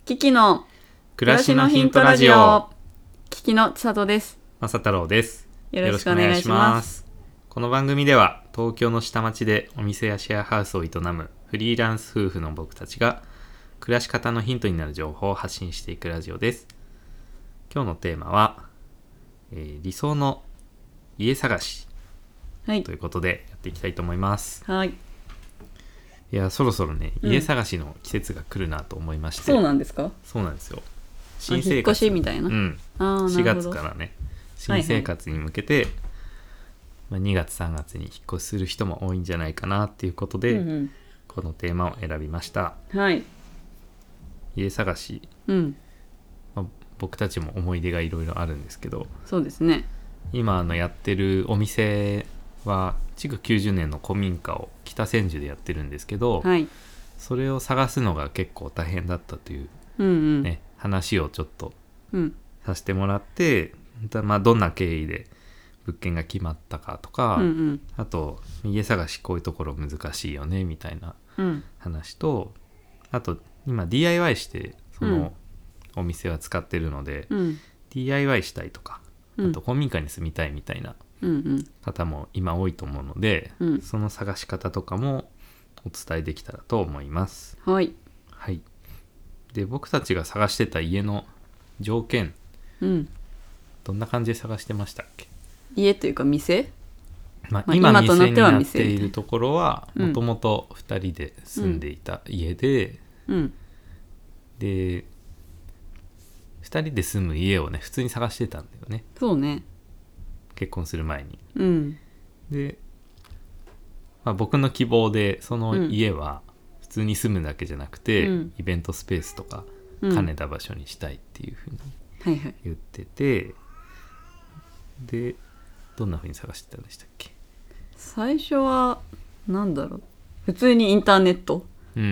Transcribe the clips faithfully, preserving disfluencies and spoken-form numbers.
キキの暮らしのヒントラジオ。 キキの千里です。 正太郎です。 よろしくお願いします。 この番組では東京の下町でお店やシェアハウスを営むフリーランス夫婦の僕たちが暮らし方のヒントになる情報を発信していくラジオです。今日のテーマは、えー、理想の家探し、はい、ということでやっていきたいと思います。 はい。 いやそろそろね、うん、家探しの季節が来るなと思いまして。 そうなんですか？ そうなんですよ。 新生活、引っ越しみたいな、 うん、 あしがつからね新生活に向けて、はいはい、まあ、にがつさんがつに引っ越しする人も多いんじゃないかなっていうことで、うんうん、このテーマを選びました。 はい。 家探し、 うん、 まあ、僕たちも思い出がいろいろあるんですけど、 そうですね。 今あのやってるお店は築きゅうじゅうねんの古民家を北千住でやってるんですけど、 はい、 それを探すのが結構大変だったという、 うんうんね、話をちょっとさせてもらって、うん、まあ、どんな経緯で物件が決まったかとか、 うんうん、 あと家探しこういうところ難しいよねみたいな話と、うん、あと今 ディーアイワイ してそのお店は使ってるので、うん、ディーアイワイ したいとか、あと古民家に住みたいみたいな方も今多いと思うので、うん、その探し方とかもお伝えできたらと思います。 はい、 はい。で僕たちが探してた家の条件、うん、どんな感じで探してましたっけ？ 家というか店、 まあ、今店になっているところはもともとふたりで住んでいた家で、うん、でふたりで住む家をね普通に探してたんだよね。 そうね、 結婚する前に、 うん、 で、まあ、僕の希望でその家は普通に住むだけじゃなくて、うん、イベントスペースとか兼ねた場所にしたいっていうふうに言ってて、はいはい、でどんなふうに探してたんでしたっけ？ 最初はなんだろう、普通にインターネット、うん、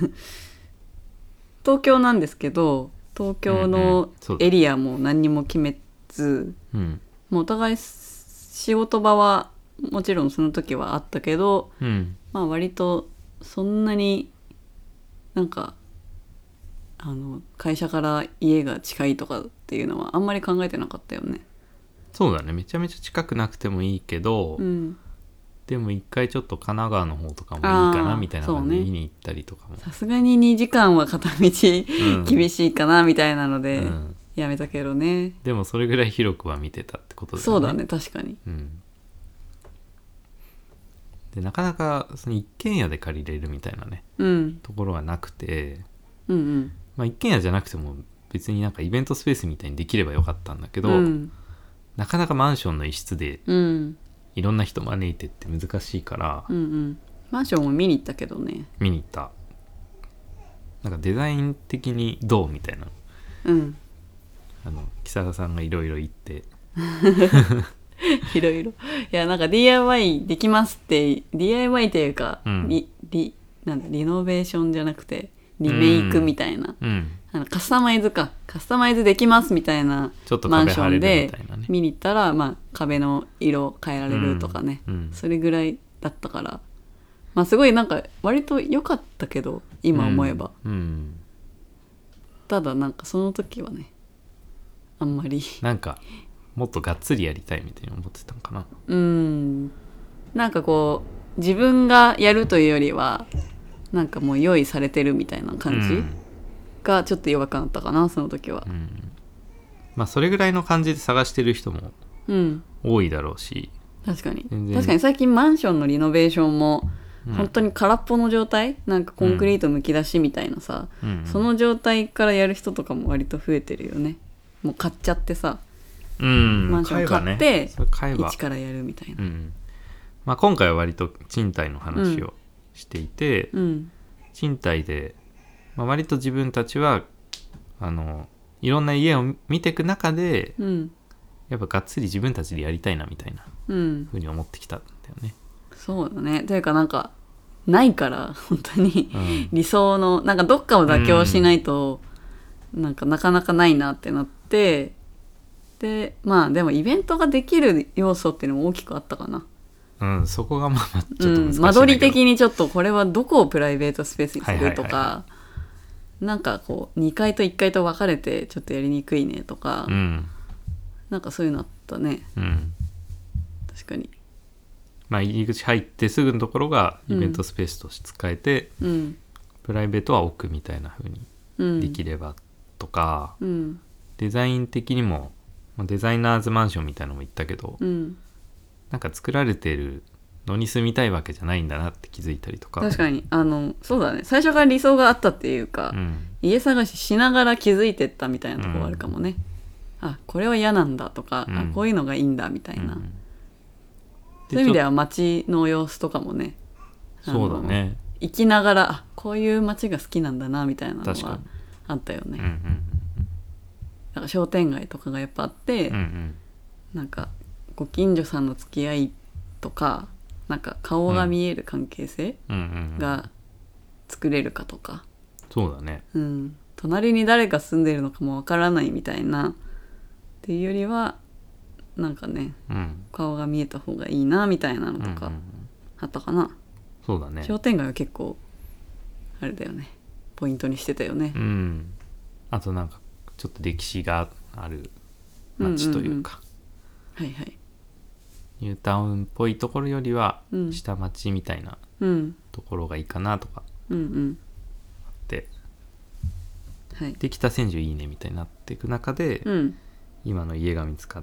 東京なんですけど東京のエリアも何にも決めず、うんうん、もうお互い仕事場はもちろんその時はあったけど、うん、まあ割とそんなになんかあの会社から家が近いとかっていうのはあんまり考えてなかったよね。 そうだね、めちゃめちゃ近くなくてもいいけど、うん、でも一回ちょっと神奈川の方とかもいいかなみたいな感じで見に行ったりとかも、 さすがににじかんは片道、うん、厳しいかなみたいなので、うん、やめたけどね。 でもそれぐらい広くは見てたってことだよね。 そうだね、確かに、 うん、でなかなかその一軒家で借りれるみたいなね、うん、ところがなくて、うんうん、まあ、一軒家じゃなくても別になんかイベントスペースみたいにできればよかったんだけど、うん、なかなかマンションの一室でいろんな人招いてって難しいから、 うんうん、マンションも見に行ったけどね。 見に行った。なんかデザイン的にどうみたいな、 うん、 あの木更さんがいろいろ言っていろいろ、いやなんか ディーアイワイ できますって ディーアイワイ っていうか、うん、リ, リ, なんだリノベーションじゃなくてリメイクみたいな、うん、あのカスタマイズかカスタマイズできますみたいなマンションで見に行ったら、まあ、壁の色変えられるとかね、うんうん、それぐらいだったから、まあ、すごいなんか割と良かったけど今思えば、うんうん、ただなんかその時はねあんまりなんかもっとがっつりやりたいみたいに思ってたのかな。 うん、なんかこう自分がやるというよりはなんかもう用意されてるみたいな感じがちょっと弱かったかなその時は、うん、 まあそれぐらいの感じで探してる人も多いだろうし、 うん、確かに確かに最近マンションのリノベーションも本当に空っぽの状態、うん、なんかコンクリートむき出しみたいなさ、うん、その状態からやる人とかも割と増えてるよね。もう買っちゃってさ、うん、マンション買って、ね、一からやるみたいな、うん、 まあ、今回は割と賃貸の話をしていて、うん、賃貸で、まあ、割と自分たちはあのいろんな家を見ていく中で、うん、やっぱがっつり自分たちでやりたいなみたいなふうに思ってきたんだよね、 うん、そうだね。というかなんかないから本当に、うん、理想のなんかどっかを妥協しないと、うん、なんかなかなかないなってなって、でまあでもイベントができる要素っていうのも大きくあったかな。 うん、そこがまあちょっと難しいんだけど、 うん、間取り的にちょっとこれはどこをプライベートスペースにするとか、はいはいはい、 なんかこうにかいといっかいと分かれてちょっとやりにくいねとか、 うん、 なんかそういうのあったね、 うん、 確かに。 まあ入り口入ってすぐのところがイベントスペースとして使えて、 うん、 プライベートは奥みたいな風にできればとか、 うん、 デザイン的にもデザイナーズマンションみたいなのも言ったけど、 うん、 なんか作られてるのに住みたいわけじゃないんだなって気づいたりとか。 確かにあのそうだね、最初から理想があったっていうか、うん、家探ししながら気づいてったみたいなところあるかもね、うん、あこれは嫌なんだとか、うん、あこういうのがいいんだみたいな、うん、そういう意味では街の様子とかもね、 そうだね、 行きながらあこういう街が好きなんだなみたいなのはあったよね、うんうんうん、なんか商店街とかがやっぱあって、うんうん、なんかご近所さんの付き合いとかなんか顔が見える関係性が作れるかとか、うんうんうん、 そうだね、 うん、隣に誰が住んでるのかもわからないみたいなっていうよりはなんかね、うん、顔が見えた方がいいなみたいなのとかあったかな、うんうんうん、 そうだね、 商店街は結構あれだよね、ポイントにしてたよね、 うん、あとなんかちょっと歴史がある街というか、 うんうんうん、はいはい、 ニュータウンっぽいところよりは下町みたいなところがいいかなとかあって、うんうん、で北千住いいねみたいになっていく中で、うん、今の家が見つかって、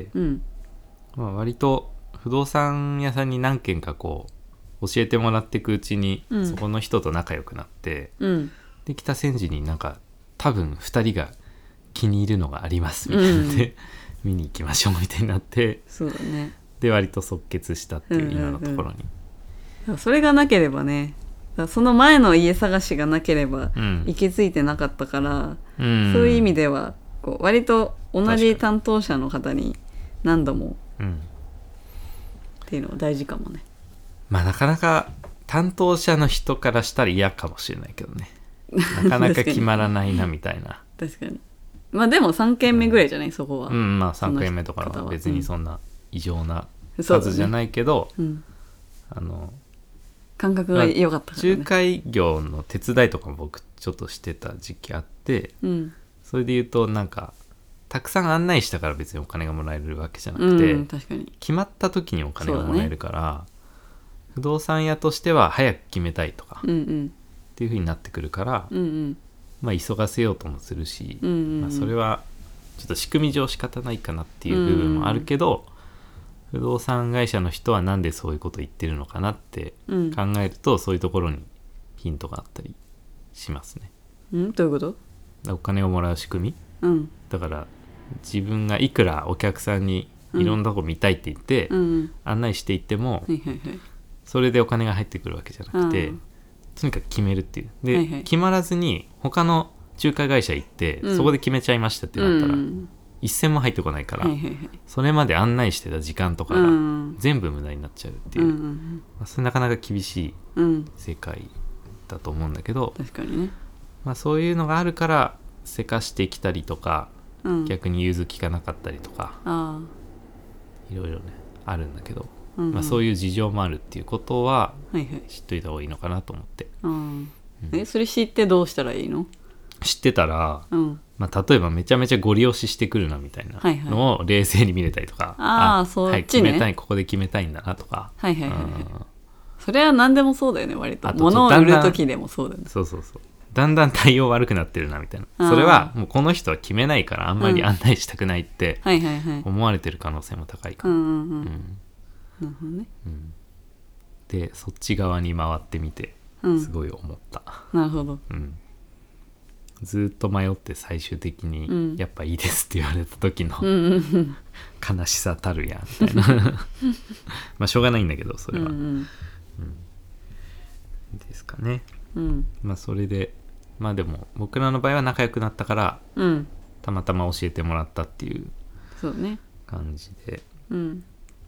うんまあ、割と不動産屋さんに何軒かこう教えてもらっていくうちに、うん、そこの人と仲良くなって、うん、で北千住になんか多分ふたりが気に入るのがありますみたいなので、うん、見に行きましょうみたいになって、 そうだね、 で割と即決したっていう今のところに、 うんうんうん、それがなければね、その前の家探しがなければ行き着いてなかったから、うん、そういう意味ではこう割と同じ担当者の方に何度も、うん、っていうのは大事かもね。 まあなかなか担当者の人からしたら嫌かもしれないけどねなかなか決まらないなみたいな確かに、まあでもさんけんめぐらいじゃない、うん、そこは、 うん、まあさんけんめとかは別にそんな異常な数じゃないけど、うん、あの感覚が良かったからね、 仲介業の手伝いとかも僕ちょっとしてた時期あって、うん、それで言うとなんかたくさん案内したから別にお金がもらえるわけじゃなくて、うん、確かに決まった時にお金がもらえるから、ね、不動産屋としては早く決めたいとか、うんうん、っていう風になってくるから、うんうん、まあ急がせようともするし、うんうんうんまあ、それはちょっと仕組み上仕方ないかなっていう部分もあるけど、うんうん、不動産会社の人はなんでそういうこと言ってるのかなって考えると、うん、そういうところにヒントがあったりしますね。 んどういうこと？ お金をもらう仕組み、うん、だから自分がいくらお客さんにいろんなとこ見たいって言って、うん、案内していっても、はいはいはい、それでお金が入ってくるわけじゃなくて、とにかく決めるっていうで、はいはい、決まらずに他の仲介会社行って、うん、そこで決めちゃいましたってなったら、うん、一銭も入ってこないから、はいはいはい、それまで案内してた時間とかが全部無駄になっちゃうっていう、うんうんまあ、それなかなか厳しい世界だと思うんだけど、 確かにね、 まあ、そういうのがあるからせかしてきたりとか、うん、逆に融通きかなかったりとかいろいろねあるんだけど、うんうんまあ、そういう事情もあるっていうことは知っといた方がいいのかなと思って、はいはいうんうん、えそれ知ってどうしたらいいの？ 知ってたら、うんまあ、例えばめちゃめちゃゴリ押ししてくるなみたいなのを冷静に見れたりとか、はいはい、ああそっちね、はい、決めたいここで決めたいんだなとか、はいはいはい、はい、 それは何でもそうだよね割と物を売る時でもそうだよね。 そうそうそうだんだん対応悪くなってるなみたいな、それはもうこの人は決めないからあんまり案内したくないって思われてる可能性も高いから、うんうんうんうん、なるほどね、うん、でそっち側に回ってみてすごい思った、 うん、なるほど、 うん、ずっと迷って最終的にやっぱいいですって言われた時の、うん、悲しさたるやみたいなまあしょうがないんだけどそれは、うんうんうん、ですかね、うん、まあそれでまあでも僕らの場合は仲良くなったから、うん、たまたま教えてもらったっていう感じで、うん、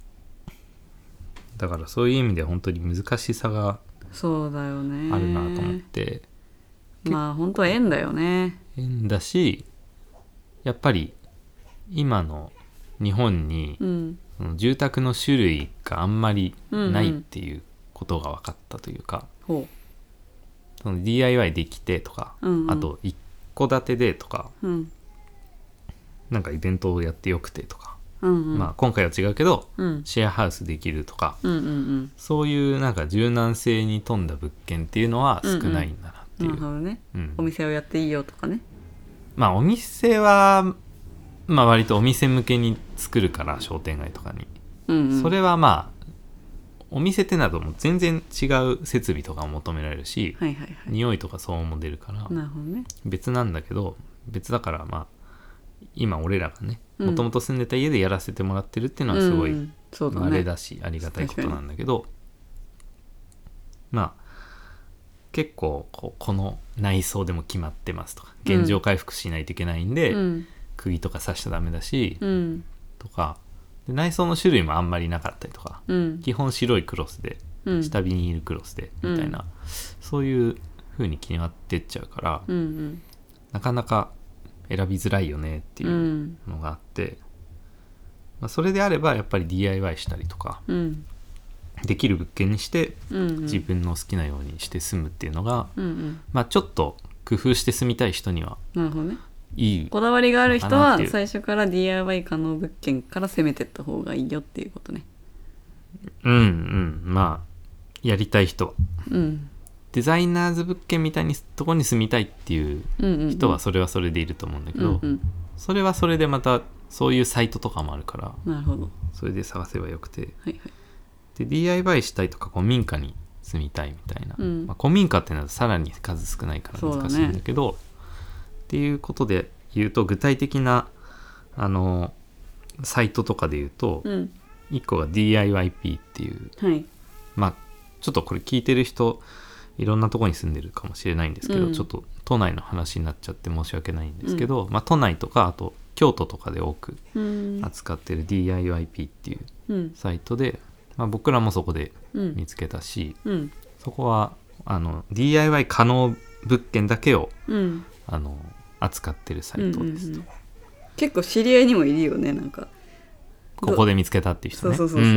だからそういう意味で本当に難しさがそうだよねあるなと思って、 まあ本当は縁だよね。 縁だしやっぱり今の日本に、うん、その住宅の種類があんまりないっていうことが分かったというか、うんうん、 その ディーアイワイ できてとか、 うんうん、 あと一戸建てでとか、 うん、 なんかイベントをやってよくてとか、 うんうん、 まあ今回は違うけど、 うん、 シェアハウスできるとか、 うんうんうん、 そういうなんか柔軟性に富んだ物件っていうのは少ないんだなっていう、 うんうん、なるほどね、 うん、 お店をやっていいよとかね。 まあお店はまあ割とお店向けに作るから商店街とかに、 うんうん、 それはまあお店ってなるともう全然違う設備とかも求められるし、 はいはいはい、 匂いとか騒音も出るからなるほど、ね、 別なんだけど、別だからまあ今俺らがねもともと住んでた家でやらせてもらってるっていうのはすごい、 うんそうだね、 あれだしありがたいことなんだけど、まあ結構 こ, この内装でも決まってますとか、現状回復しないといけないんで、うん、釘とか刺しちゃダメだし、うん、とかで内装の種類もあんまりなかったりとか、うん、基本白いクロスで、うん、下ビニールクロスでみたいな、うん、そういう風に決まってっちゃうから、うんうん、なかなか選びづらいよねっていうのがあって、うん、まあ、それであればやっぱり ディーアイワイ したりとか、うん、できる物件にして、うんうん、自分の好きなようにして住むっていうのが、うんうん、まあ、ちょっと工夫して住みたい人には、 なるほどね、 いいこだわりがある人は最初から ディーアイワイ 可能物件から攻めてった方がいいよっていうことね。 うんうん、まあやりたい人は、うん、デザイナーズ物件みたいにとこに住みたいっていう人はそれはそれでいると思うんだけど、うんうん、それはそれでまたそういうサイトとかもあるから、 なるほど、 それで探せばよくて、はいはい、で ディーアイワイ したいとか古民家に住みたいみたいな、うん、まあ、古民家っていうのはさらに数少ないから難しいんだけど、っていうことで言うと具体的なあのサイトとかで言うと、うん、いっこが ディーアイワイピー っていう、はい、まあちょっとこれ聞いてる人いろんなとこに住んでるかもしれないんですけど、うん、ちょっと都内の話になっちゃって申し訳ないんですけど、うん、まあ、都内とかあと京都とかで多く扱ってる ディーアイワイピー っていうサイトで、まあ、僕らもそこで見つけたし、うん、そこはあの ディーアイワイ 可能物件だけを、うん、あの扱ってるサイトですと、うんうんうん、 結構知り合いにもいるよね、なんかここで見つけたっていう人ね、 そうそうそうそう、うん、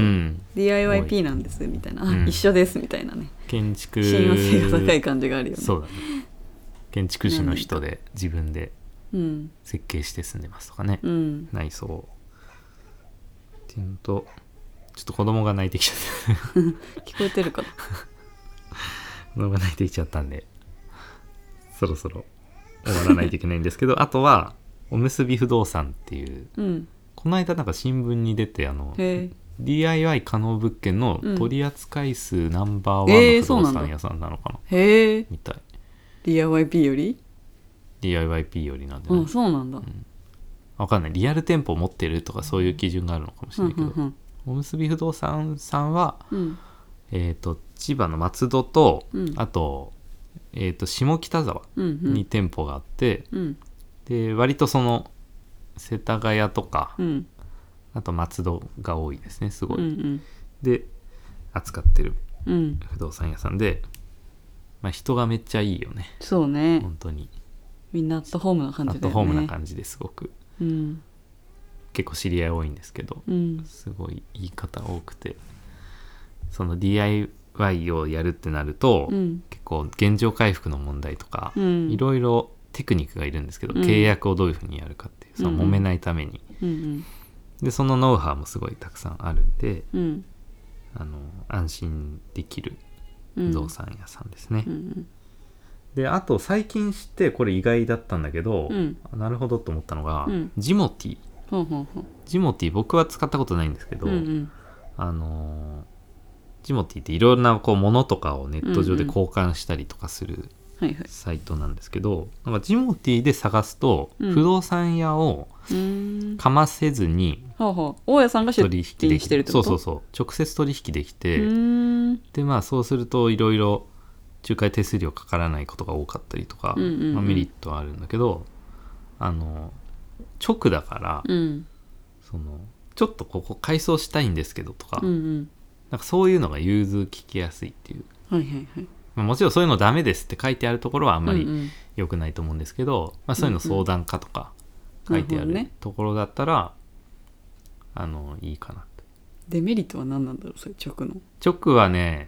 ディーアイワイピー なんですみたいな、うん、一緒ですみたいなね、 建築親和性が高い感じがあるよね。 そうだね、建築士の人で自分で設計して住んでますとかね、うん、内装っていうのと、ちょっと子供が泣いてきちゃった聞こえてるかな子供が泣いてきちゃったんでそろそろ終わらないといけないんですけどあとはおむすび不動産っていう、うん、この間なんか新聞に出てあの ディーアイワイ 可能物件の取扱数ナンバーワンの不動産屋さんなのかな、 へー、 みたい。 ディーアイワイピー よりディーアイワイピー よりなんでね、 うん、そうなんだ、うん、 わかんない、リアル店舗持ってるとかそういう基準があるのかもしれないけど、うんうんうん、おむすび不動産さんは、うん、えーと千葉の松戸と、うん、あとえー、と下北沢に店舗があって、うんうん、で割とその世田谷とか、うん、あと松戸が多いですね、すごい、うんうん、で扱ってる不動産屋さんで、まあ、人がめっちゃいいよね。 そうね、 本当にみんなアットホームな感じだよね。 アットホームな感じですごく、うん、結構知り合い多いんですけど、うん、すごい言い方多くて、その ディーアイワイ をやるってなると、うん、結構現状回復の問題とか、うん、いろいろテクニックがいるんですけど、うん、契約をどういうふうにやるかっていう、その揉めないために、うんうん、でそのノウハウもすごいたくさんあるんで、うん、あの安心できる不動産屋さんですね、うんうん、であと最近知ってこれ意外だったんだけど、うん、なるほどと思ったのが、うん、ジモティ、ほうほうほう、ジモティ僕は使ったことないんですけど、うんうん、あのジモティっていろんなこう物とかをネット上で交換したりとかするサイトなんですけど、うんうん、なんかジモティで探すと、うん、不動産屋をかませずに大家さんが出品してるってこと？ そうそうそう、直接取引できて、でまあそうするといろいろ仲介手数料かからないことが多かったりとか、うんうんうん、まあ、メリットはあるんだけど、あの直だから、うん、そのちょっとここ改装したいんですけどとか、うんうん、なんかそういうのが融通聞きやすいっていう、はいはいはい、まあ、もちろんそういうのダメですって書いてあるところはあんまり良くないと思うんですけど、うんうん、まあ、そういうの相談課とか書いてあるところだったら、うんうん、あのいいかなって。 デメリットは何なんだろう、それ直の。 直はね、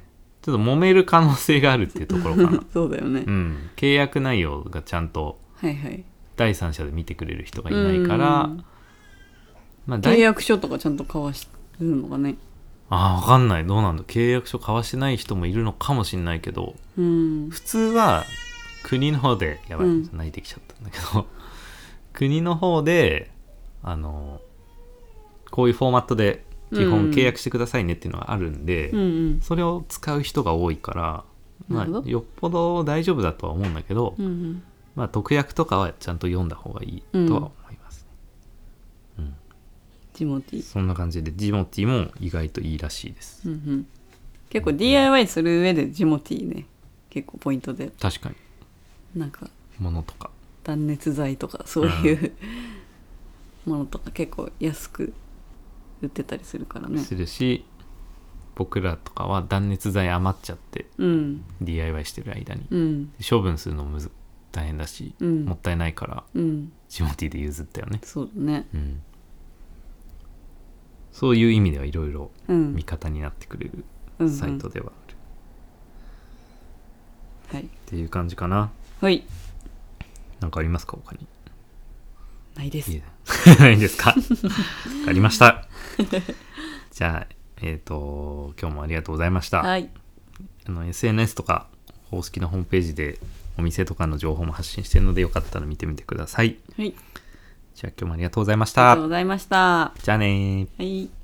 ちょっと揉める可能性があるっていうところかなそうだよね、 うん、契約内容がちゃんと第三者で見てくれる人がいないから、はいはい、 まあ、契約書とかちゃんと交わしてるのかね。 ああ分かんない、どうなんだ、契約書交わしてない人もいるのかもしれないけど、うん、普通は国の方でやばい、うん、泣いてきちゃったんだけど国の方であのこういうフォーマットで基本契約してくださいねっていうのがあるんで、うんうん、それを使う人が多いから、まあ、よっぽど大丈夫だとは思うんだけど、うんうん、まあ、特約とかはちゃんと読んだ方がいいとは思いますね、うんうん、 ジモティーそんな感じでジモティーも意外といいらしいです、うんうん、 結構 ディーアイワイ する上でジモティーね結構ポイントで、 確かになんか物とか断熱材とかそういう、うん、ものとか結構安く売ってたりするからね。 するし、僕らとかは断熱材余っちゃって、うん、ディーアイワイ してる間に、うん、処分するのも大変だし、うん、もったいないから、うん、ジモティーで譲ったよね。 そうだね、うん、 そういう意味ではいろいろ味方になってくれるサイトではある、 うんうん、はい、 っていう感じかな。 はい。 なんかありますか他に？ ないです。いいないですか？わかりました。じゃあ、えっと、今日もありがとうございました。 はい。 あの エスエヌエス とか、公式のホームページでお店とかの情報も発信しているので、よかったら見てみてください。 はい。 じゃあ今日もありがとうございました。 ありがとうございました。 じゃあねー。 はい。